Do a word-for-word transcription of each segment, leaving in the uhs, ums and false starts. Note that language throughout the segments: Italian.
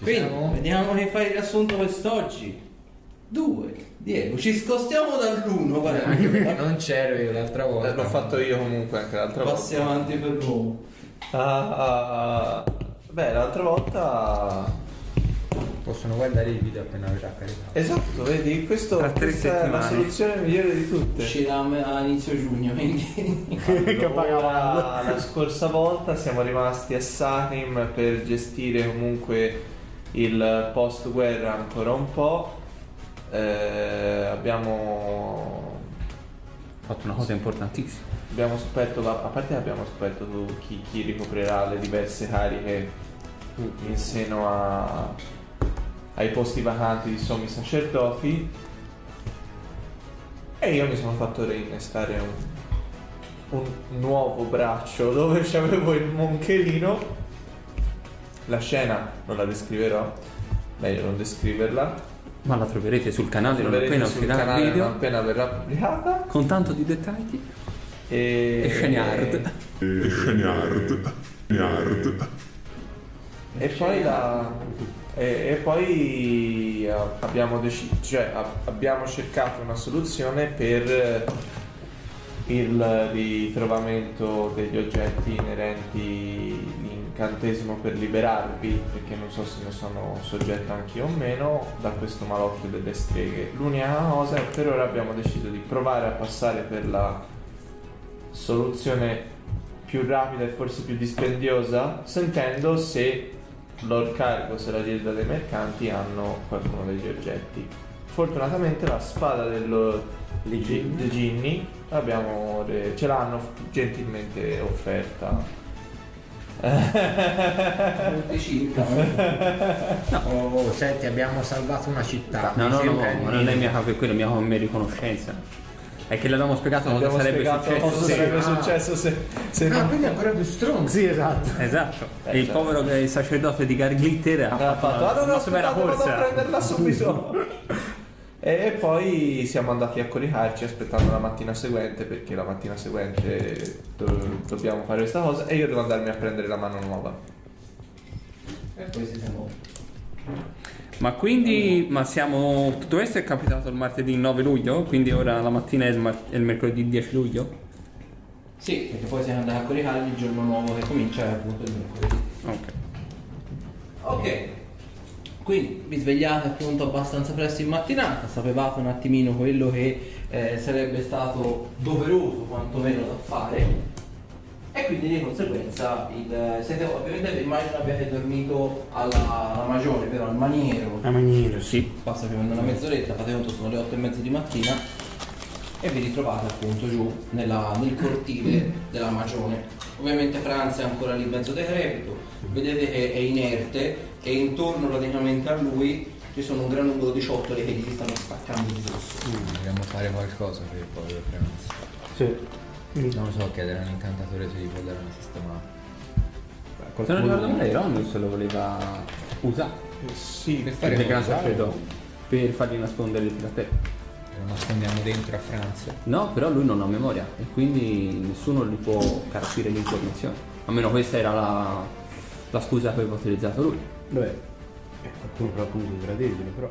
Quindi siamo? vediamo che fai il riassunto quest'oggi. Due. Diego, ci spostiamo dall'uno, guarda. Anche perché non c'ero io l'altra volta. L'ho fatto io comunque anche l'altra volta. Passi avanti per l'uomo. Ah, beh, l'altra volta. Possono guardare il video appena verrà caricato. Esatto, vedi, questo, Tra tre questa è la settimane. soluzione migliore di tutte. Uscirà a inizio giugno, quindi. Che pagavamo. La, la scorsa volta siamo rimasti a Sarim per gestire comunque il post guerra ancora un po'. Eh, abbiamo fatto una cosa importantissima. abbiamo scoperto, a parte che abbiamo scoperto chi, chi ricoprirà le diverse cariche in seno a, ai posti vacanti di sommi sacerdoti, e io mi sono fatto reinnestare un, un nuovo braccio dove c'avevo il moncherino. La scena non la descriverò, meglio non descriverla. Ma la troverete sul canale non Troverete appena sul uscirà il canale video, non appena verrà pubblicata. con tanto di dettagli E, e sceniard. E Sceniard. Sceniard. E poi la e, e poi eh, abbiamo deciso, cioè a- abbiamo cercato una soluzione per il ritrovamento degli oggetti inerenti l'incantesimo per liberarvi, perché non so se ne sono soggetto anch'io o meno da questo malocchio delle streghe. L'unica cosa è che per ora abbiamo deciso di provare a passare per la soluzione più rapida e forse più dispendiosa, sentendo se Lord Cargos e la Gilda dei Mercanti hanno qualcuno degli oggetti. Fortunatamente la spada dello dei Ginni abbiamo re- ce l'hanno gentilmente offerta. circa. Oh, oh, senti, abbiamo salvato una città. No, Mi no, no, sembra il ma non è minimo. mia per quello, mia come riconoscenza. È che l'abbiamo spiegato cosa Abbiamo sarebbe spiegato successo. cosa Sì. sarebbe Ah. successo se, se Ah, non quindi è ancora più strong. Sì, esatto. Esatto. Eh, E il certo. povero che- il sacerdote di Garglitter ha ha fatto fatto. una, Ah, no, no, una super aspettate, vado a corsa. prenderla subito. E poi siamo andati a coricarci aspettando la mattina seguente, perché la mattina seguente do- dobbiamo fare questa cosa e io devo andarmi a prendere la mano nuova. E poi si siamo. Ma quindi, ma siamo, tutto questo è capitato il martedì nove luglio, quindi ora la mattina è il, mar- è il mercoledì dieci luglio? Sì, perché poi siamo andati a coricare il giorno nuovo che comincia appunto il mercoledì. Ok. Ok, quindi vi svegliate appunto abbastanza presto in mattinata, sapevate un attimino quello che eh, sarebbe stato doveroso quantomeno da fare, e quindi di conseguenza il, siete, ovviamente immagino abbiate dormito alla, alla Magione, però al maniero La maniera, sì. passa più o meno una mezz'oretta, fate conto sono le otto e mezza di mattina e vi ritrovate appunto giù nella- nel cortile della Magione. Ovviamente Franz è ancora lì mezzo decrepito, vedete che è inerte e intorno praticamente a lui ci sono un gran numero di ciottoli che gli stanno spaccando di dosso. Dobbiamo fare qualcosa per il povero Franz. Sì. Non lo so, chiedere a un incantatore se gli può dare una sistemata. Se non ricordo male, Ron lo voleva usare Sì, Per per fare il gran cosa? sacerdote, per fargli nascondere il fratello. Lo nascondiamo dentro a Franz. No, però lui non ha memoria e quindi nessuno gli può carpire l'informazione. Almeno questa era la, la scusa che aveva utilizzato lui. Vabbè. Eh, qualcuno però comunque dovrà dirglielo, però.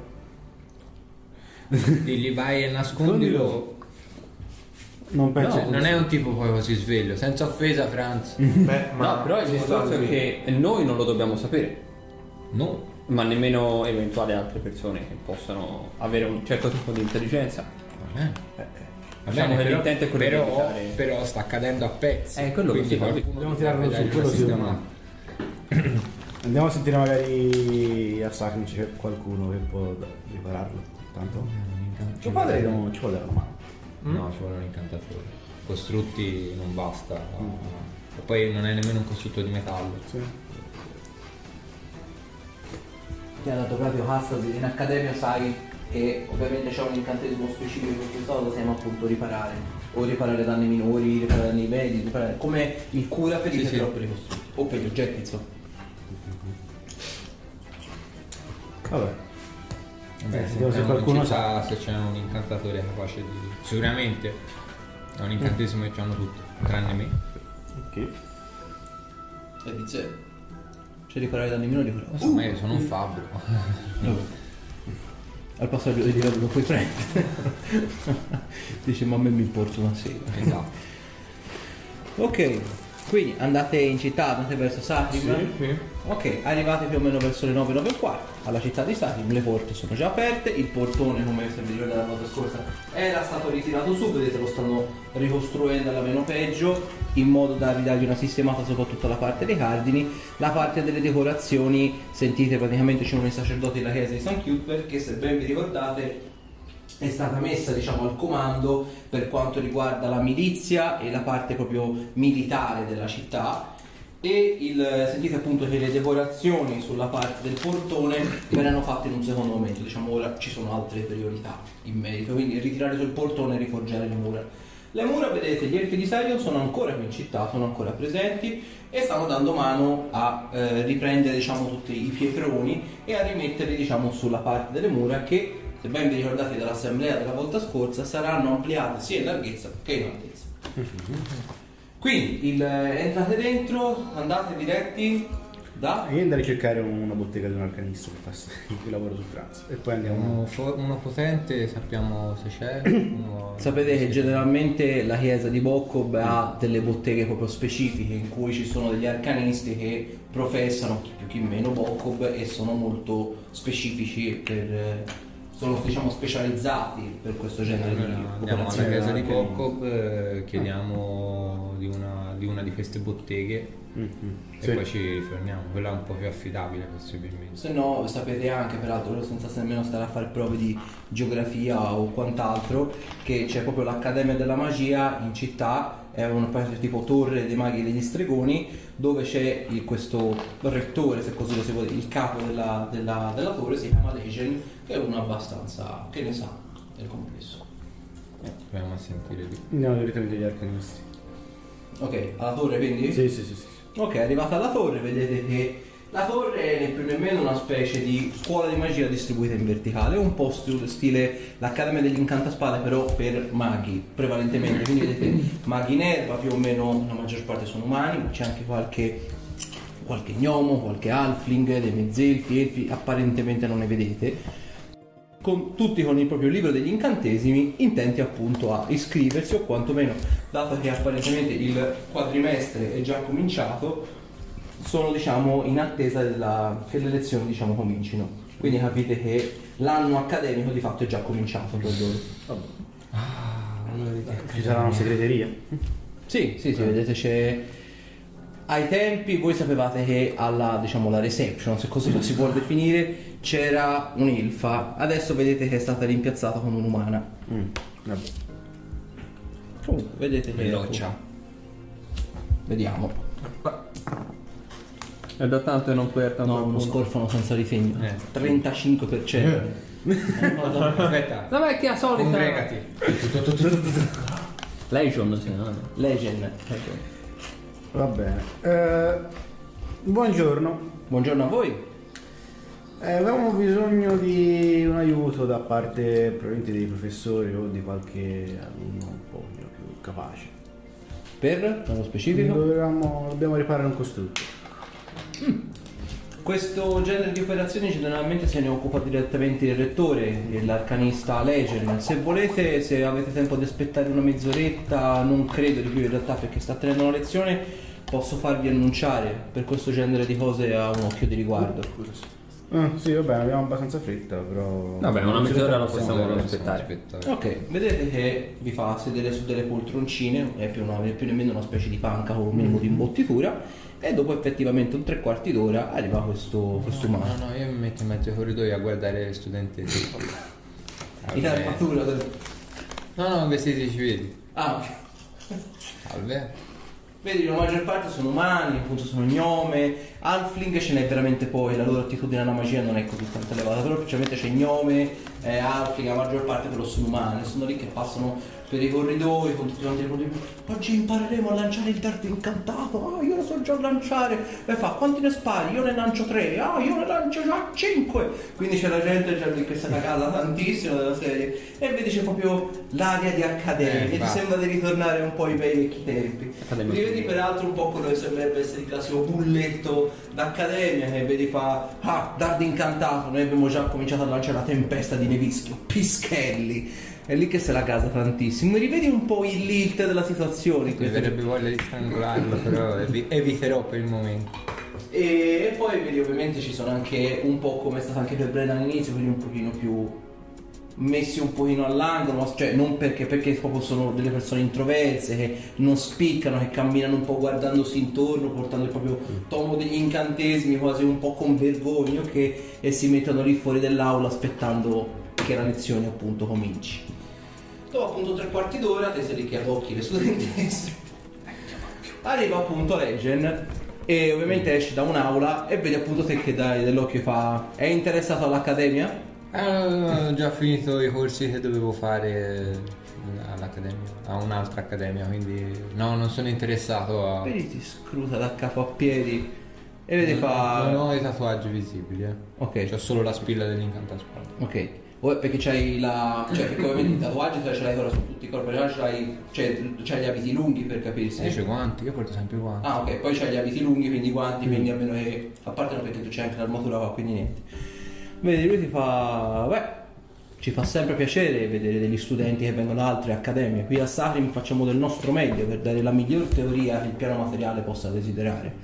Digli vai e nascondilo. Non penso. Cioè, non è un tipo poi così sveglio, senza offesa Franz. beh, ma No, però il discorso è che noi non lo dobbiamo sapere, No. ma nemmeno eventuali altre persone che possano avere un certo tipo di intelligenza. Va bene. Va Diciamo bene, che però, l'intento è quello di però, evitare- però sta cadendo a pezzi. Eh, quello che Quindi si fa. qualcuno Dobbiamo dovrebbe tirarlo su, dargli quello una sì o sistemata. Andiamo a sentire magari a Sacrim c'è qualcuno che può ripararlo. Tanto. Tuo padre non ci vuole dare una mano. No, ci vuole un incantatore. Costrutti non basta. E poi non è nemmeno un costrutto di metallo. Sì. Ti ha dato proprio Hastasi in accademia, sai che ovviamente c'è un incantesimo specifico per questa cosa, siamo appunto riparare o riparare danni minori, riparare danni medi, riparare come il cura ferite Sì, sì. troppo ricostruiti o per gli oggetti insomma. Vabbè. Vabbè, Eh, se, vediamo se se qualcuno sa se c'è un incantatore capace di. Sicuramente è un incantesimo che hanno tutti, tranne me. Ok. E dice C'è di parlare da nemmeno di quello. Non so, ma io sono un fabbro. Al passaggio di livello lo puoi prendere. Dice ma a me mi importa una sega. Esatto. Ok, quindi andate in città, andate verso Satim. Sì, sì. Ok, arrivate più o meno verso le nove, nove e quarto alla città di Satim, le porte sono già aperte, il portone, come se vi ricordate la volta scorsa, era stato ritirato su, vedete lo stanno ricostruendo alla meno peggio, in modo da ridargli una sistemata soprattutto alla parte dei cardini. La parte delle decorazioni, sentite praticamente ci sono i sacerdoti della chiesa di San Cuthbert che, se ben vi ricordate, è stata messa diciamo al comando per quanto riguarda la milizia e la parte proprio militare della città. E il, sentite appunto che le decorazioni sulla parte del portone verranno fatte in un secondo momento, diciamo ora ci sono altre priorità in merito, quindi ritirare sul portone e rifoggiare le mura. Le mura, vedete, gli elfi di Sarion sono ancora qui in città, sono ancora presenti e stanno dando mano a eh, riprendere diciamo tutti i pietroni e a rimetterli diciamo sulla parte delle mura che, se ben vi ricordate dall'assemblea della volta scorsa, saranno ampliate sia in larghezza che in altezza. Quindi il, entrate dentro, andate diretti da... Io andrei a cercare una bottega di un arcanista che fa il lavoro su Franz e poi andiamo... Uno, fo- uno potente, sappiamo se c'è. Uno... Sapete che generalmente la chiesa di Bokob ha delle botteghe proprio specifiche in cui ci sono degli arcanisti che professano chi più chi meno Bokob e sono molto specifici per... sono diciamo specializzati per questo genere Allora, di andiamo alla operazioni. chiesa di Anche- Bokob, eh, chiediamo di una, di una di queste botteghe Mm-hmm. e Sì. poi ci riforniamo. Quella è un po' più affidabile possibilmente. Se no sapete anche, peraltro, senza nemmeno stare a fare prove di geografia o quant'altro, che c'è proprio l'Accademia della Magia in città, è una specie tipo torre dei maghi e degli stregoni, dove c'è il- questo rettore, se così lo si vuole dire, il capo della, della, della torre si chiama Legion, che è uno abbastanza che ne sa del complesso. Proviamo a sentire di Andiamo direttamente agli arcanisti. Ok, alla torre quindi? Sì, sì, sì, sì. Ok, arrivata alla torre, vedete che la torre è più o meno una specie di scuola di magia distribuita in verticale, un po' st- stile l'Accademia degli Incantaspade, però per maghi prevalentemente. Quindi vedete maghi in erba, più o meno la maggior parte sono umani, ma c'è anche qualche qualche gnomo, qualche halfling, dei mezzelfi, elfi, apparentemente non ne vedete. Con, tutti con il proprio libro degli incantesimi, intenti appunto a iscriversi, o quantomeno, dato che apparentemente il quadrimestre è già cominciato, sono diciamo in attesa della, che le lezioni diciamo comincino. Quindi capite che l'anno accademico di fatto è già cominciato per loro. Ci sarà una segreteria. Sì, sì, sì, vedete c'è... Ai tempi voi sapevate che alla, diciamo, la reception, se così la si può definire, c'era un'elfa. Adesso vedete che è stata rimpiazzata con un'umana. Mm. Vabbè. Comunque, vedete che... Belloccia. Vediamo. È da tanto che non perda No, uno scorfano senza ritegno. Eh. trentacinque per cento. Eh, no, no. Aspetta, La vecchia solita. congregati. Legion, sì, no? Legend. Legend. Va bene. Eh, buongiorno. Buongiorno a voi. Eh, avevamo bisogno di un aiuto da parte probabilmente dei professori o di qualche alunno un po' più capace. Per, nello specifico? Dovevamo, dobbiamo riparare un costrutto. Questo genere di operazioni generalmente se ne occupa direttamente il rettore, l'arcanista Legend. Se volete, se avete tempo di aspettare una mezz'oretta, non credo di più in realtà perché sta tenendo una lezione, posso farvi annunciare per questo genere di cose a un occhio di riguardo. Ah, sì, va bene, abbiamo abbastanza fretta, però... Vabbè, una mezz'ora lo possiamo possiamo vedere. aspettare. Ok, vedete che vi fa sedere su delle poltroncine, è più, una, è più nemmeno una specie di panca con un minimo di imbottitura, e dopo effettivamente un tre quarti d'ora arriva questo, questo No, umano. no, no, io mi metto in mezzo ai corridoi a guardare le studentesse. In Salve. armatura del... No, no, vestiti civili. Ah, ok. Salve. Vedi, la maggior parte sono umani, appunto sono gnome, halfling ce n'è veramente pochi, la loro attitudine alla magia non è così tanto elevata, però specialmente c'è gnome, eh, halfling, la maggior parte però sono umani, sono lì che passano per i corridoi con tutti quanti i corridoi. Oggi impareremo a lanciare il dardo incantato, ah io lo so già lanciare, e fa quanti ne spari? Io ne lancio tre, ah io ne lancio già cinque, quindi c'è la gente già lì che sta cagata tantissimo della serie, e vedi c'è proprio l'aria di accademia, Eh, e ti va. sembra di ritornare un po' ai bei vecchi tempi. Accademia. Li vedi peraltro un po' quello che sembrerebbe essere il classico bulletto d'accademia che vedi fa ah, dardo incantato, noi abbiamo già cominciato a lanciare la tempesta di nevischio, pischelli. È lì che se la casa tantissimo. Rivedi un po' il lilt della situazione. Mi verrebbe voglia di strangolarlo, però evi- eviterò per il momento. E poi vedi ovviamente ci sono anche un po' come è stato anche per Brenda all'inizio, quindi un pochino più messi un pochino all'angolo, cioè non perché perché proprio sono delle persone introverse che non spiccano, che camminano un po' guardandosi intorno, portando il proprio tomo degli incantesimi quasi un po' con vergogna, che e si mettono lì fuori dell'aula aspettando che la lezione appunto cominci. Dopo appunto tre quarti d'ora, te sei lì che adocchi le studentesse, arriva appunto Legend e ovviamente esci da un'aula e vedi appunto te che dai dell'occhio e fa: è interessato all'accademia? Eh, ho già finito i corsi che dovevo fare all'accademia, a un'altra accademia, quindi no, non sono interessato a... Vedi ti scruta da capo a piedi e vedi fa... Non ho i tatuaggi visibili, eh. Ok. C'ho solo la spilla dell'incantaspada. Ok. O perché c'hai la... cioè perché ovviamente i tatuaggi ce l'hai ora su tutti i corpi, ce l'hai... cioè c'hai gli abiti lunghi per capirsi. E c'è guanti, io porto sempre i guanti. Ah ok, poi c'hai gli abiti lunghi, quindi i guanti, quindi a meno che... a parte no, perché tu c'hai anche l'armatura qua, quindi niente. Vedi, lui ti fa... beh, ci fa sempre piacere vedere degli studenti che vengono da altre accademie. Qui a Sacrim facciamo del nostro meglio per dare la miglior teoria che il piano materiale possa desiderare.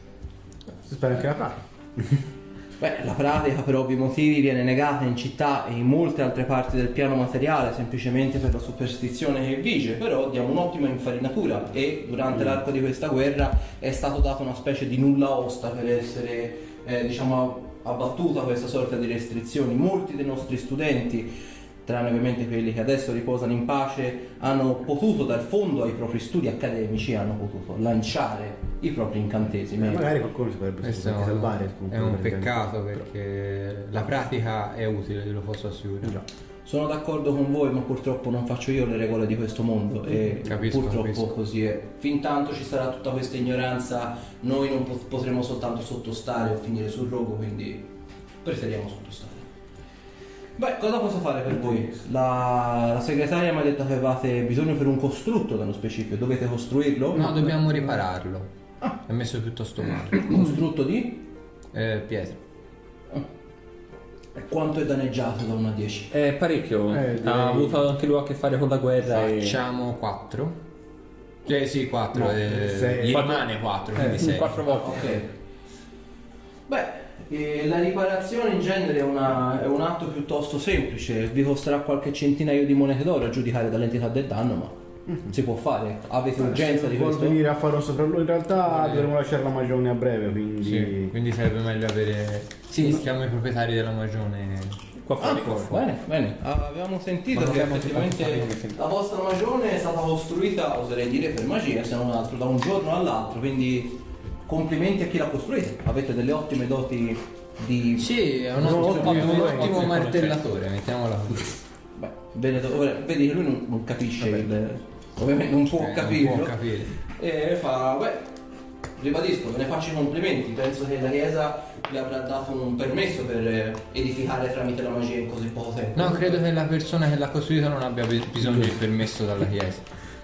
Si spera anche la pratica. Beh, la pratica per ovvi motivi viene negata in città e in molte altre parti del piano materiale semplicemente per la superstizione che vige, però diamo un'ottima infarinatura e durante l'arco di questa guerra è stato dato una specie di nulla osta per essere, eh, diciamo, abbattuta questa sorta di restrizioni. Molti dei nostri studenti, tranne ovviamente quelli che adesso riposano in pace, hanno potuto dal fondo ai propri studi accademici, hanno potuto lanciare i propri incantesimi. Eh, magari qualcuno si potrebbe Questo anche salvare. è un peccato perché la pratica è utile, ve lo posso assicurare. Sono d'accordo con voi, ma purtroppo non faccio io le regole di questo mondo e Capisco, purtroppo capisco. così è. Fin tanto ci sarà tutta questa ignoranza, noi non pot- potremo soltanto sottostare o finire sul rogo, quindi preferiamo sottostare. Beh, cosa posso fare per voi? La, la segretaria mi ha detto che avevate bisogno per un costrutto nello specifico, dovete costruirlo? No, dobbiamo ripararlo. È messo piuttosto male. Costrutto di? Eh, pietra. E quanto è danneggiato da uno a dieci? Eh, parecchio. Eh, direi- Ha avuto anche lui a che fare con la guerra. e- Facciamo quattro. Cioè sì, quattro. No, eh, sei. gli Quattro- rimane quattro, Eh, quindi sei. quattro volte. Ok. Beh, eh, la riparazione in genere è, una- è un atto piuttosto semplice, vi costerà qualche centinaio di monete d'oro a giudicare dall'entità del danno, ma si può fare. Avete urgenza di Se vuol questo? venire a fare un sopralluogo, in realtà Eh. dovremmo lasciare la magione a breve, quindi... Sì, quindi sarebbe meglio avere... Sì, siamo i proprietari della magione. Qua Ah, fuori. bene, bene. Ah, avevamo sentito Ma che abbiamo effettivamente fatto- la vostra magione è stata costruita, oserei dire, per magia, se non altro, da un giorno all'altro, quindi complimenti a chi l'ha costruita. Avete delle ottime doti di... Sì, è un No, ottimo, ottimo, un ottimo, ottimo martellatore, mettiamola così. Beh, bene, ora, vedi che lui non, non capisce il... ovviamente non può Cioè, non capirlo. può capire. E fa, beh, ribadisco, ve ne faccio i complimenti, penso che la Chiesa vi avrà dato un permesso per eh, edificare tramite la magia in così poco tempo. No, credo che la persona che l'ha costruito non abbia be- bisogno di permesso dalla chiesa.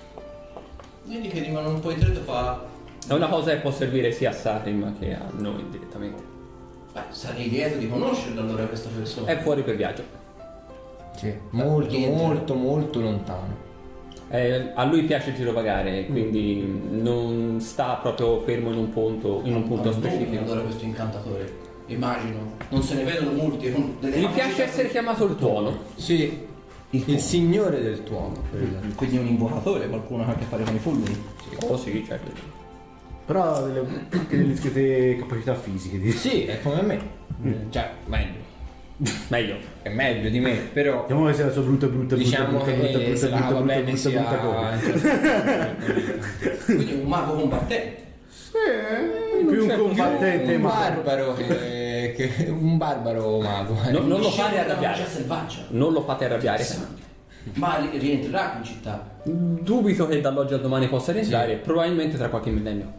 Vedi che rimane un po' intretto, fa, È una cosa che può servire sia a Sarim che a noi direttamente. beh, sarei lieto di conoscerla allora questa persona. È fuori per viaggio. Sì, molto, niente. molto, molto lontano. Eh, a lui piace girovagare, quindi non sta proprio fermo in un punto, in un punto Non specifico. allora questo incantatore, immagino. Non se ne vedono molti con delle Gli magiche- piace essere chiamato il tuono. Sì, il, tuono. signore del tuono. Quindi un invocatore, qualcuno che ha a che fare con i fulmini. Oh sì, certo. Però ha delle, anche delle discrete capacità fisiche. Di... Sì, è come me. Cioè, meglio. Meglio. È meglio di me, però Diciamo che sia la sua brutta, brutta, diciamo brutta, brutta, che brutta, se la brutta, cava brutta, bene brutta, sia... brutta cosa. Quindi un mago combattente. Sì, più un certo combattente, un ma... barbaro che, che un barbaro mago. eh. No, non lo Scende fate dalla arrabbiare. magia selvaggia. Non lo fate arrabbiare. Ma ri- rientrerà in città. Dubito che dall'oggi al domani possa rientrare, probabilmente tra qualche millennio.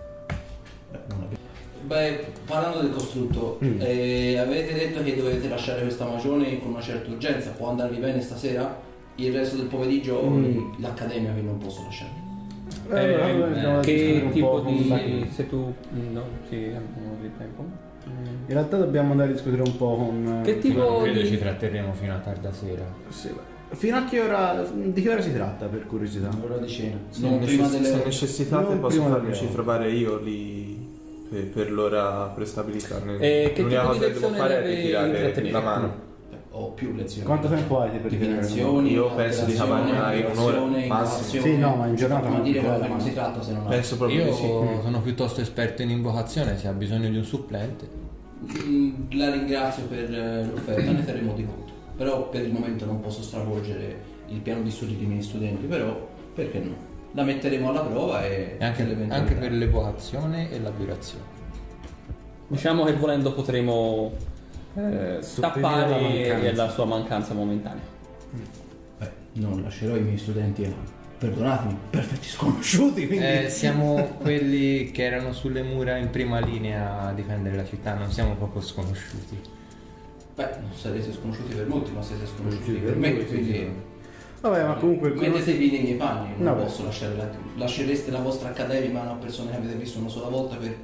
Beh, parlando del costrutto, eh, avete detto che dovete lasciare questa magione con una certa urgenza. Può andarvi bene stasera? Il resto del pomeriggio l'accademia vi non posso lasciare. Eh, allora, Eh, dobbiamo che discutere un tipo po' con di... Daniele. se tu... no, sì, abbiamo di tempo. In realtà dobbiamo andare a discutere un po' con... Che tipo- Ma non credo di- ci tratterremo fino a tarda sera. Sì, beh. Fino a che ora... Di che ora si tratta, per curiosità? L'ora di cena. Se, Non prima necess- se delle... necessitate non posso prima farmici delle- trovare io lì per, per l'ora prestabilita. Eh, che L'unica tipo di cosa che devo lezione fare è deve ritirare intrattenere? la mano. Ho più lezioni. Quanto tempo hai per Divinazioni, Io penso di alterazione, cavarmi un'ora, vibrazione, massimo. invocazione. Sì, no, ma in giornata Ma non dire ti quello fai che la si mano. tratta se non ha. Penso proprio Io di sì. sono piuttosto esperto in invocazione, se ha bisogno di un supplente. Mm, La ringrazio per eh, l'offerta, ne terremo di conto. Però per il momento non posso stravolgere il piano di studi dei miei studenti, però perché no? La metteremo alla prova e, E anche, l'eventualità. anche per l'evocazione e l'adorazione. Diciamo che volendo potremo eh, Sopprimere la tappare mancanza. la sua mancanza momentanea. Beh, non lascerò i miei studenti a, perdonatemi, perfetti sconosciuti, quindi... Eh, siamo quelli che erano sulle mura in prima linea a difendere la città, non siamo proprio sconosciuti. Beh, non sarete sconosciuti per molti, ma siete sconosciuti Sì, per per me, noi, sì, quindi... sì. Vabbè, ma comunque... Mettetevi nei miei panni, non Vabbè. posso lasciare la... Lascereste la vostra accademia in mano a persone che avete visto una sola volta per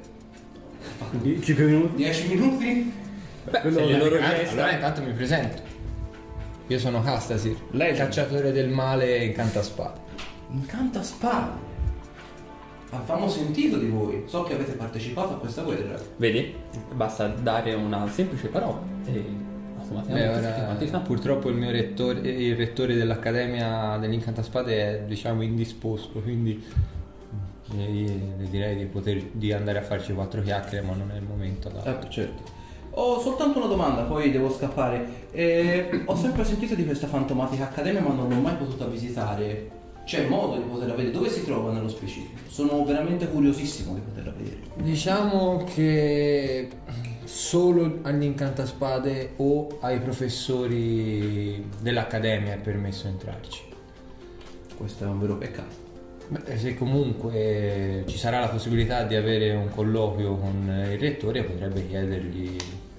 cinque minuti? dieci minuti? Beh, Quello- se le loro Ah, gesta... allora intanto mi presento. Io sono Castasir, Lei- cacciatore del male e incantaspade. Incanta spade. Avevamo sentito di voi, so che avete partecipato a questa guerra. Vedi? Basta dare una semplice parola e Beh, automaticamente tutti ora, quanti sanno. purtroppo il mio rettore, il rettore dell'Accademia dell'Incantaspade è, diciamo, indisposto, quindi eh, le direi di poter di andare a farci quattro chiacchiere, ma non è il momento adatto. Eh, certo. Ho soltanto una domanda, poi devo scappare. Eh, ho sempre sentito di questa fantomatica accademia, ma non l'ho mai potuta visitare. C'è modo di poterla vedere? Dove si trova nello specifico? Sono veramente curiosissimo di poterla vedere. Diciamo che solo agli incantaspade o ai professori dell'Accademia è permesso entrarci. Questo è un vero peccato. Beh, se comunque ci sarà la possibilità di avere un colloquio con il rettore, potrebbe chiedergli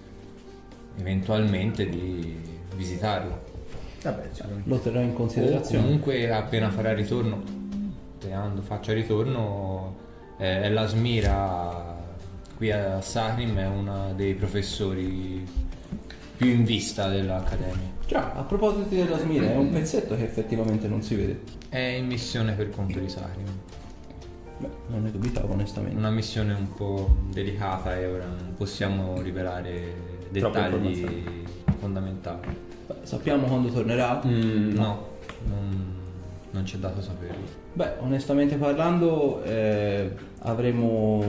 eventualmente di visitarlo. Vabbè, sì. Lo terrò in O considerazione. comunque appena farà ritorno, quando faccia ritorno, eh, la Smira qui a Sacrim è uno dei professori più in vista dell'Accademia. Già, a proposito della Smira, è un pezzetto che effettivamente non si vede. È in missione per conto di Sacrim. Beh, non ne dubitavo onestamente. Una missione un po' delicata e ora non possiamo rivelare Troppe dettagli informazioni. fondamentali. Beh, sappiamo quando tornerà? Mm, No, non, non c'è dato saperlo. Beh, onestamente parlando, eh, avremo,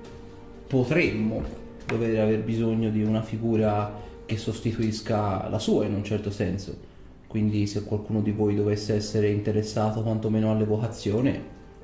potremmo dover aver bisogno di una figura che sostituisca la sua in un certo senso. Quindi se qualcuno di voi dovesse essere interessato quantomeno all'evocazione,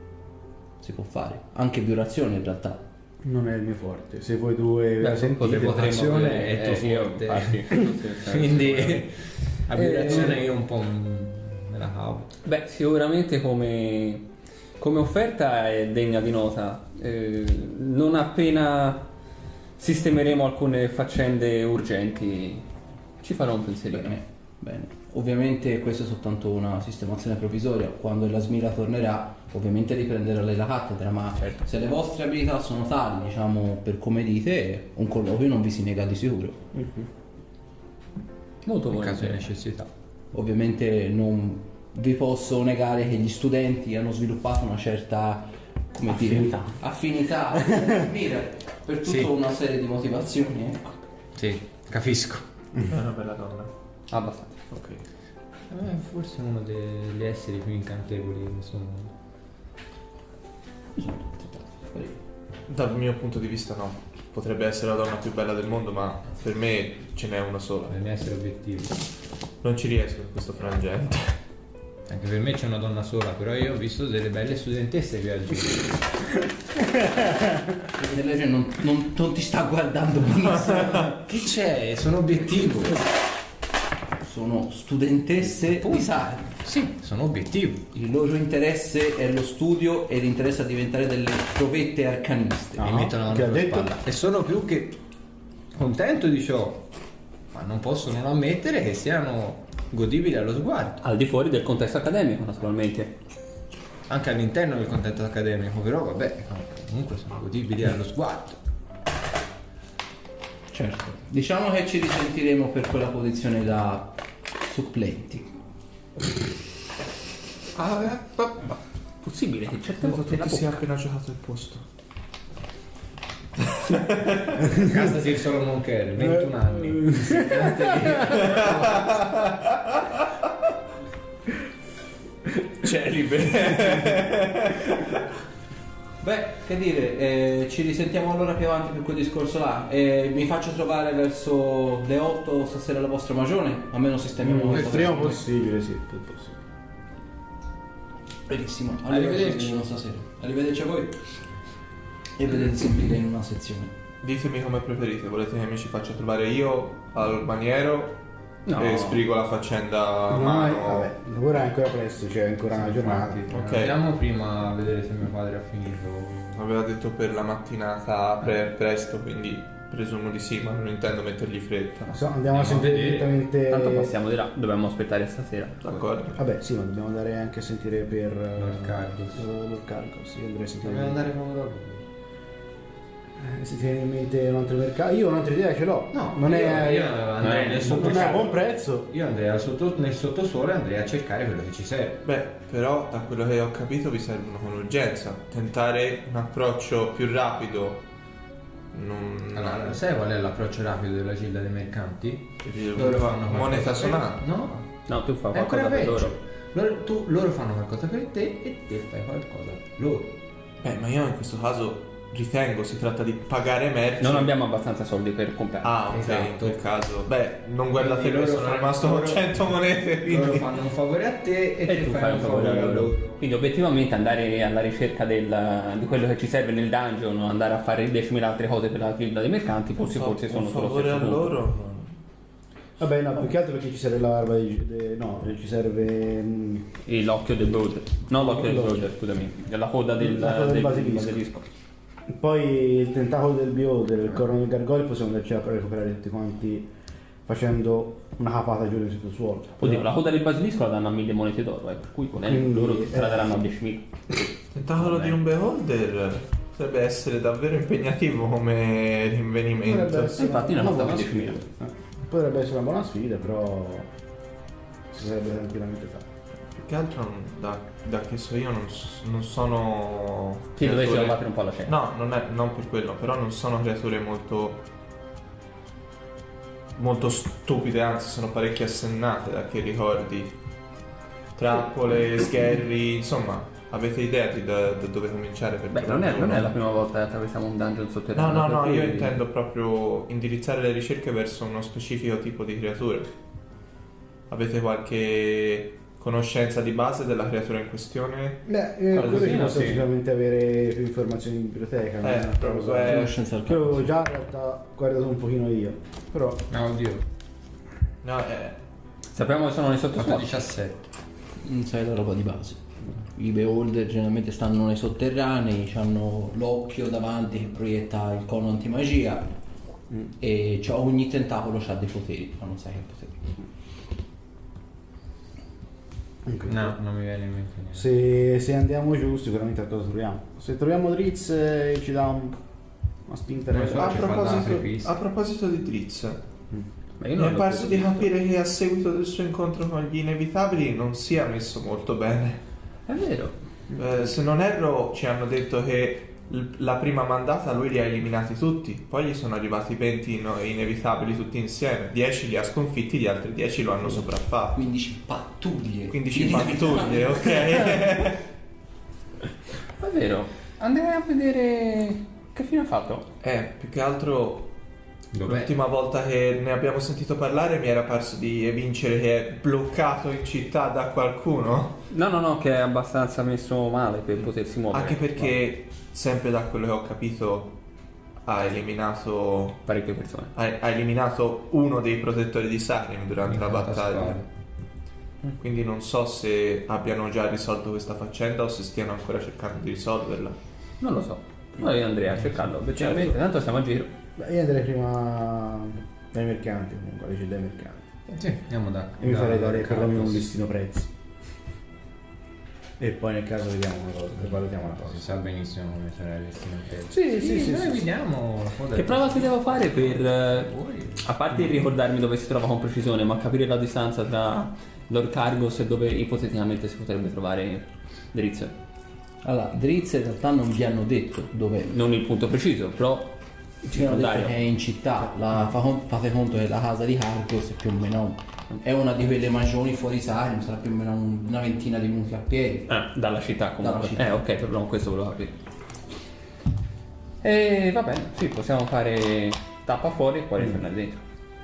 si può fare. Anche violazione in realtà. Non è il mio forte. Se voi due Beh, sentite, potremmo Abbirazione avere- è tuo eh, io, forte. infatti, Quindi abbirazione Eh, io un po' m- me la cavo. Beh, sicuramente come, come offerta è degna di nota. Eh, non appena sistemeremo alcune faccende urgenti, ci farò un pensierino. Bene, bene. Ovviamente questa è soltanto una sistemazione provvisoria. Quando la Smira tornerà, ovviamente riprenderà lei la cattedra, ma Certo. se le vostre abilità sono tali, diciamo, per come dite, un colloquio non vi si nega di sicuro. Molto In caso di volentieri. necessità. Ovviamente non vi posso negare che gli studenti hanno sviluppato una certa, come Affinità. dire, affinità per Smira, per tutta Sì. una serie di motivazioni, ecco. Sì, capisco. È una bella donna. Abbastanza. Ok. Eh, forse uno degli esseri più incantevoli che sono. Dal mio punto di vista no. Potrebbe essere la donna più bella del mondo, ma per me ce n'è una sola. Per me essere obiettivi. Non ci riesco in questo frangente. Anche per me c'è una donna sola, però io ho visto delle belle studentesse qui al giro. Perché lei non, non- non ti sta guardando benissimo. Che c'è? Sono obiettivo. Sono studentesse di Sacrim. Sì, sono obiettivo. Il loro interesse è lo studio e l'interesse a diventare delle provette arcaniste. Ah. Mi mettono la che mano ha sulla detto? spalla. E sono più che contento di ciò. Ma non posso non ammettere che siano godibili allo sguardo. Al di fuori del contesto accademico, naturalmente. anche all'interno del contesto accademico, però vabbè, comunque sono godibili allo sguardo. Certo. Diciamo che ci risentiremo per quella posizione da supplenti. Ah, Possibile che certe Credo volte tu la ti sia bocca... appena giocato il posto. Casta il Solomon Kerr, ventuno anni. Celibe. Beh, che dire, eh, ci risentiamo allora più avanti per quel discorso là. Eh, mi faccio trovare verso le otto stasera la vostra magione, almeno sistemiamo Il questa prima cosa. possibile, sì, il più possibile. Benissimo, allora Arrivederci. ci vediamo stasera. Arrivederci a voi. E vedete sempre in una sezione. Ditemi come preferite, volete che mi ci faccia trovare io al maniero No. e sbrigo la faccenda a No, mano? vabbè, ora è ancora presto, c'è ancora una giornata. Ok. Andiamo prima a vedere se mio padre ha finito. Aveva detto per la mattinata pre- presto, quindi presumo di sì, ma non intendo mettergli fretta. So, andiamo a Andiamo a sentire vedere. direttamente. Tanto passiamo di là, dobbiamo aspettare stasera. D'accordo. Vabbè, sì, ma dobbiamo andare anche a sentire per. Lord Cargos. eh, Lord Cargos, io andrei a sentire. Dobbiamo andare come dopo. Eh, se ti viene in mente un altro mercato. Io un'altra idea ce l'ho. No, non io, è. io andrei nel non è a buon sottosuolo. prezzo. Io andrei al sotto, nel sottosuolo e andrei a cercare quello che ci serve. Beh, però da quello che ho capito vi servono con urgenza. Tentare un approccio più rapido. Non. Allora, sai qual è l'approccio rapido della gilda dei mercanti? Loro fanno qualcosa moneta per- sonante. No, No, tu fai è ancora qualcosa per peggio. loro. Loro, tu, loro fanno qualcosa per te e te fai qualcosa per loro. Beh, ma io in questo caso ritengo si tratta di pagare merci. Non abbiamo abbastanza soldi per comprare. Ah, ok, in Esatto. quel caso. Beh, non guardate Quindi me, loro sono fanno- rimasto con loro- cento monete, quindi. Loro fanno un favore a te e, E te tu fai un favore a loro. Quindi obiettivamente andare alla ricerca del- di quello che ci serve nel dungeon o andare a fare diecimila altre cose per la gilda dei mercanti, forse, Un fa- forse sono un sullo favore stesso a punto. loro. Vabbè, no, più che altro perché ci serve la barba di. de- no, ci serve. mm, E l'occhio del Broder. No, l'occhio del L'occhio. Broder, scusami. La coda del, La coda del del basilisco. basilisco. Poi il tentacolo del beholder, il corno del gargoyle possiamo andarci a recuperare tutti quanti facendo una capata giù nel sottosuolo. Oddio, la coda del basilisco la danno a mille monete d'oro, eh, per cui volendo Quindi, loro te la eh. daranno a diecimila. Tentacolo di un beholder potrebbe essere davvero impegnativo come rinvenimento. Potrebbe essere infatti una ne buona costava sfida. diecimila. Eh, Potrebbe essere una buona sfida, però si sarebbe tranquillamente fatta. Più che altro non- da, da che so io non, s- non sono. Sì, dovessi creature- abbattere un po' la scena. No, non, è, non per quello, però non sono creature molto. molto stupide, anzi sono parecchio assennate da che ricordi. Trappole, sgherri, insomma, avete idea di da, da dove cominciare per Beh, non è, trovare non è uno? la prima volta che attraversiamo un dungeon No, sotterraneo. no, per no, cui- io intendo proprio indirizzare le ricerche verso uno specifico tipo di creature. Avete qualche conoscenza di base della creatura in questione? Beh, eh, Qualcosina, quello che possiamo sì. sicuramente avere più informazioni in biblioteca. non è Eh, una proprio, cosa- eh. Conoscenza del Quello campo. avevo già in realtà guardato un pochino io. Però No, oddio, No, eh. Sappiamo che sono nei ho fatto sottosuoli. diciassette. Non sai la roba di base. I beholder generalmente stanno nei sotterranei, hanno l'occhio davanti che proietta il cono antimagia e c'ha- ogni tentacolo ha dei poteri, ma non sai che poteri. No, non mi viene in mente niente. se, se andiamo giù sicuramente qualcosa troviamo. Se troviamo Dritz eh, ci dà un- una spinta. Non so. A ci fa dare proposito, pista. a proposito di Dritz, Ma io mi non è l'ho parso di capito. capire che a seguito del suo incontro con gli inevitabili non sia messo molto bene. È vero. Eh, se non erro ci hanno detto che l- la prima mandata lui li ha eliminati tutti, poi gli sono arrivati venti no- inevitabili tutti insieme, dieci li ha sconfitti, gli altri dieci lo hanno sopraffatto. quindici pattuglie. quindici pattuglie, ok? È vero. Andrei a vedere che fine ha fatto. Eh, più che altro Dov'è? l'ultima volta che ne abbiamo sentito parlare mi era parso di evincere che è bloccato in città da qualcuno. No, no, no, che è abbastanza messo male per potersi muovere. Anche perché, sempre da quello che ho capito, ha eliminato Parecchie persone. ha, ha eliminato uno dei protettori di Sarim durante la Incantato battaglia. squadra. Quindi non so se abbiano già risolto questa faccenda o se stiano ancora cercando di risolverla. Non lo so. Ma io andrei a cercarlo. Obiettivamente, Certo. tanto siamo a giro. Beh, io andrei prima dai mercanti, comunque, alle città dei mercanti. Sì, andiamo da. E mi da- farei dare da perlomeno un Carlos. listino prezzi. E poi nel caso vediamo una cosa, valutiamo una Si cosa. sa benissimo come sarà il destino intero. Sì, sì, sì, noi sì, sì. vediamo. Che prova ti devo fare per, eh, Voi? a parte il ricordarmi dove si trova con precisione, ma capire la distanza tra Lord Cargos e dove ipoteticamente si potrebbe trovare Drizzt? Allora, Drizzt in realtà non vi hanno detto dov'è. Non il punto preciso, però il Ci hanno detto circondario. che è in città. La- fa con- fate conto che la casa di Cargos è più o meno è una di quelle magioni fuori Sarim, sarà più o meno un- una ventina di minuti a piedi. Ah, dalla città comunque. Dalla città. Eh, ok, però questo volevo capire. E va bene, sì, possiamo fare tappa fuori e poi ritornare dentro.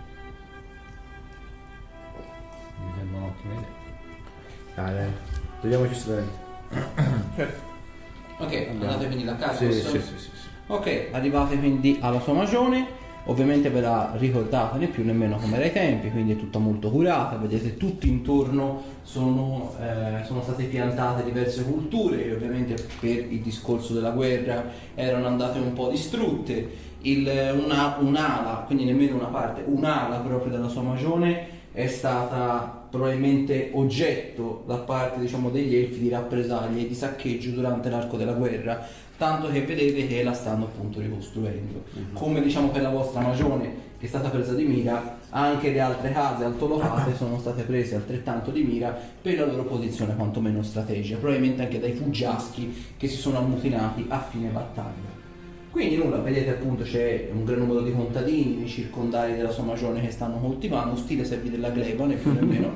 Mi sembra un'ottima idea. Dai, dai. Togliamoci sto Certo. Ok, andate quindi da Cargos. Sì, sì, sì, sì, sì. Ok, arrivate quindi alla sua magione. Ovviamente ve la ricordate né più nemmeno come era ai tempi, quindi è tutta molto curata. Vedete tutti intorno sono, eh, sono state piantate diverse culture che ovviamente per il discorso della guerra erano andate un po' distrutte. Il, una, un'ala, quindi nemmeno una parte, un'ala proprio della sua magione è stata probabilmente oggetto da parte, diciamo, degli elfi di rappresaglie e di saccheggio durante l'arco della guerra, tanto che vedete che la stanno appunto ricostruendo. Come diciamo per la vostra magione che è stata presa di mira, anche le altre case altolocate sono state prese altrettanto di mira per la loro posizione quantomeno strategica, probabilmente anche dai fuggiaschi che si sono ammutinati a fine battaglia. Quindi nulla, vedete appunto c'è un gran numero di contadini nei circondari della sua magione che stanno coltivando, stile servi della gleba, né più né meno,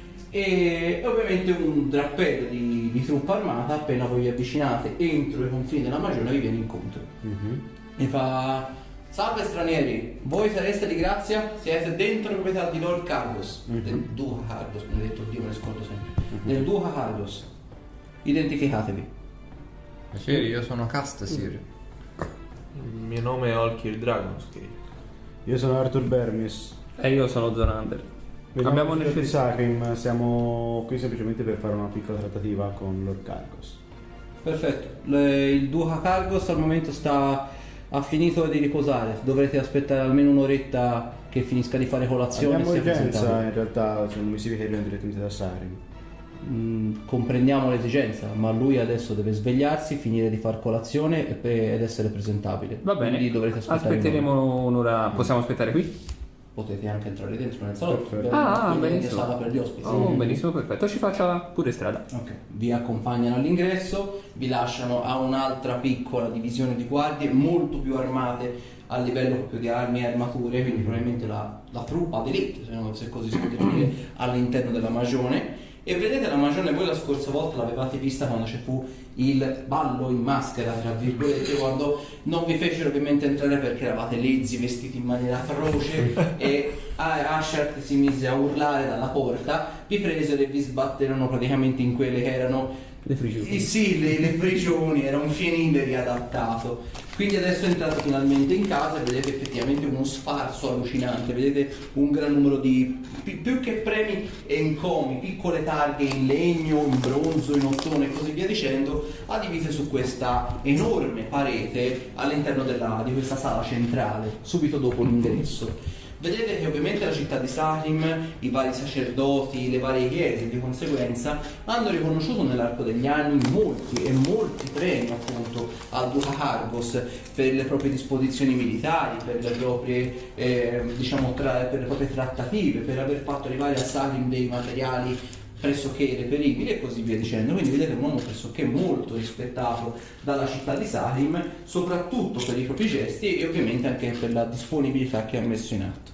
e ovviamente un drappello di, di truppa armata. Appena voi vi avvicinate entro i confini della magione vi viene incontro e fa: salve stranieri, voi sareste di grazia? Siete dentro la proprietà di Lord Cargos, del Duca Cargos, come ho detto, Dio me ne scordo sempre, del Duca Cargos, identificatevi. Piacere, io sono Castasir. Il mio nome è Olkir Dragonsky. Io sono Arthur Bermis. E io sono Zonander. Veniamo Abbiamo di necessità. Sakrim, siamo qui semplicemente per fare una piccola trattativa con Lord Cargos. Perfetto, Le- il Duca Cargos al momento sta ha finito di riposare, dovrete aspettare almeno un'oretta che finisca di fare colazione. Abbiamo e sia urgenza, presentato. in realtà sono missivi che arrivano direttamente da Sarim. Mm, comprendiamo l'esigenza, ma lui adesso deve svegliarsi, finire di far colazione e pe- ed essere presentabile. Va bene, Quindi dovrete aspettare un'ora. aspetteremo un'ora. Possiamo aspettare qui? Potete anche entrare dentro nel salotto. Perfetto. Ah, Quindi è benissimo. sala per gli ospiti. Oh, benissimo, perfetto. Ci faccia pure strada. Ok, vi accompagnano all'ingresso, vi lasciano a un'altra piccola divisione di guardie molto più armate a livello proprio di armi e armature, quindi probabilmente la, la truppa d'elite, se non- se così si può definire, all'interno della magione. E vedete la magione, voi la scorsa volta l'avevate vista quando ci fu il ballo in maschera, tra virgolette, quando non vi fecero ovviamente entrare perché eravate lezzi, vestiti in maniera atroce e Ashart si mise a urlare dalla porta, vi presero e vi sbatterono praticamente in quelle che erano Le frigioni. eh sì, le, le prigioni, era un fienile riadattato. Quindi adesso entrate finalmente in casa e vedete effettivamente uno sfarzo allucinante, vedete un gran numero di, pi- più che premi e encomi, piccole targhe in legno, in bronzo, in ottone e così via dicendo, adibite su questa enorme parete all'interno della- di questa sala centrale, subito dopo l'ingresso. Vedete che ovviamente la città di Sarim, i vari sacerdoti, le varie chiese di conseguenza hanno riconosciuto nell'arco degli anni molti e molti premi appunto al Duca Cargos per le proprie disposizioni militari, per le proprie, eh, diciamo, tra- per le proprie trattative, per aver fatto arrivare a Sarim dei materiali pressoché reperibili e così via dicendo. Quindi vedete un uomo pressoché molto rispettato dalla città di Sarim, soprattutto per i propri gesti e ovviamente anche per la disponibilità che ha messo in atto.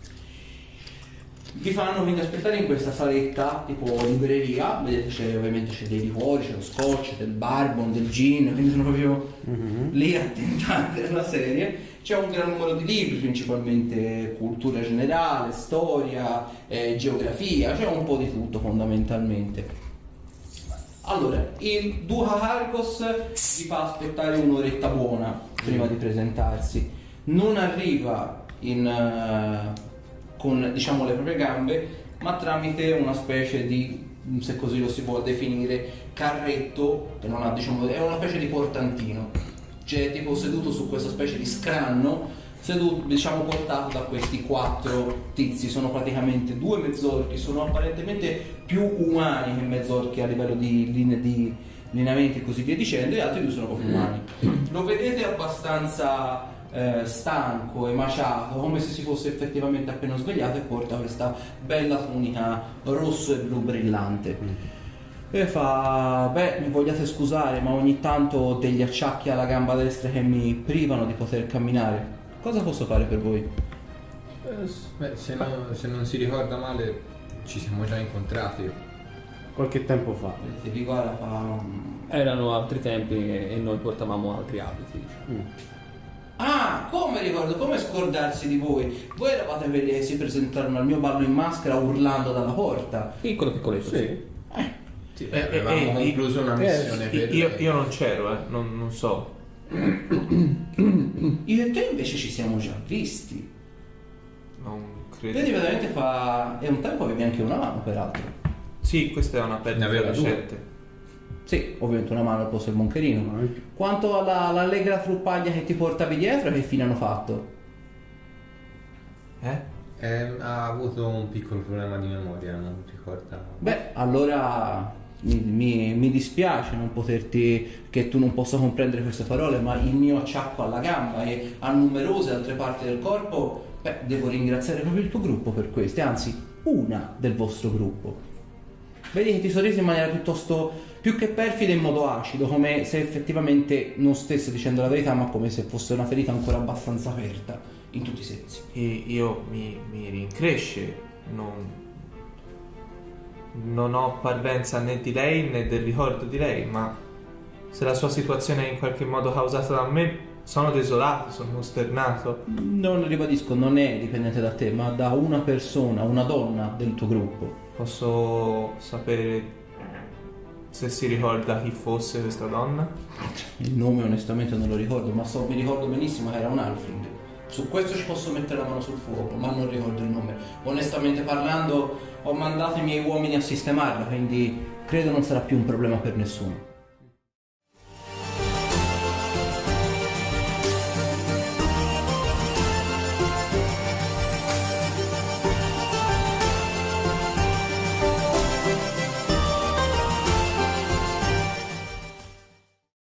Vi fanno quindi aspettare in questa saletta tipo libreria, vedete c'è ovviamente c'è dei liquori, c'è lo scotch, del bourbon, del gin, quindi sono proprio lì attentati alla serie. C'è un gran numero di libri, principalmente cultura generale, storia, eh, geografia, c'è un po' di tutto fondamentalmente. Allora, il Duca Cargos vi fa aspettare un'oretta buona prima di presentarsi. Non arriva in, eh, con diciamo le proprie gambe, ma tramite una specie di, se così lo si può definire, carretto, che non ha, diciamo, è una specie di portantino. C'è tipo seduto su questa specie di scranno, seduto, diciamo, portato da questi quattro tizi. Sono praticamente due mezzorchi, sono apparentemente più umani che mezzorchi a livello di linee di lineamenti e così via dicendo, e altri due sono proprio umani. Lo vedete abbastanza eh, stanco, emaciato, come se si fosse effettivamente appena svegliato, e porta questa bella tunica rosso e blu brillante. E fa: beh, mi vogliate scusare, ma ogni tanto ho degli acciacchi alla gamba destra che mi privano di poter camminare. Cosa posso fare per voi? Beh, se, no, se non si ricorda male, ci siamo già incontrati. Qualche tempo fa. Ti riguarda, fa... Erano altri tempi e e noi portavamo altri abiti, diciamo. Mm. Ah, come ricordo, come scordarsi di voi? Voi eravate quelli che si presentarono al mio ballo in maschera urlando dalla porta. Piccolo piccoletto, sì. Sì. Sì, Eh, avevamo eh, eh, concluso una missione per... Io, io non c'ero, eh, non, non so. Io e te invece ci siamo già visti. Non credo. Vedi, veramente fa... E un tempo avevi anche una mano, peraltro. Sì, questa è una Ne perdita aveva due. recente. Sì, ovviamente una mano al posto del moncherino. Quanto alla, all'allegra truppaglia che ti portavi dietro, che fine hanno fatto? Eh? Eh, ha avuto un piccolo problema di memoria, non ricorda. Beh, allora mi, mi- mi dispiace non poterti, che tu non possa comprendere queste parole, ma il mio acciacco alla gamba e a numerose altre parti del corpo, beh, devo ringraziare proprio il tuo gruppo per queste, anzi, una del vostro gruppo. Vedi che ti sorrisi in maniera piuttosto più che perfida, in modo acido, come se effettivamente non stesse dicendo la verità, ma come se fosse una ferita ancora abbastanza aperta in tutti i sensi. E io mi, mi rincresce, non, non ho parvenza né di lei né del ricordo di lei, ma se la sua situazione è in qualche modo causata da me, sono desolato, sono costernato. Non ribadisco, non è dipendente da te, ma da una persona, una donna del tuo gruppo. Posso sapere se si ricorda chi fosse questa donna? Il nome onestamente non lo ricordo, ma so, mi ricordo benissimo che era un halfling. Su questo ci posso mettere la mano sul fuoco, ma non ricordo il nome. Onestamente parlando, ho mandato i miei uomini a sistemarla, quindi credo non sarà più un problema per nessuno.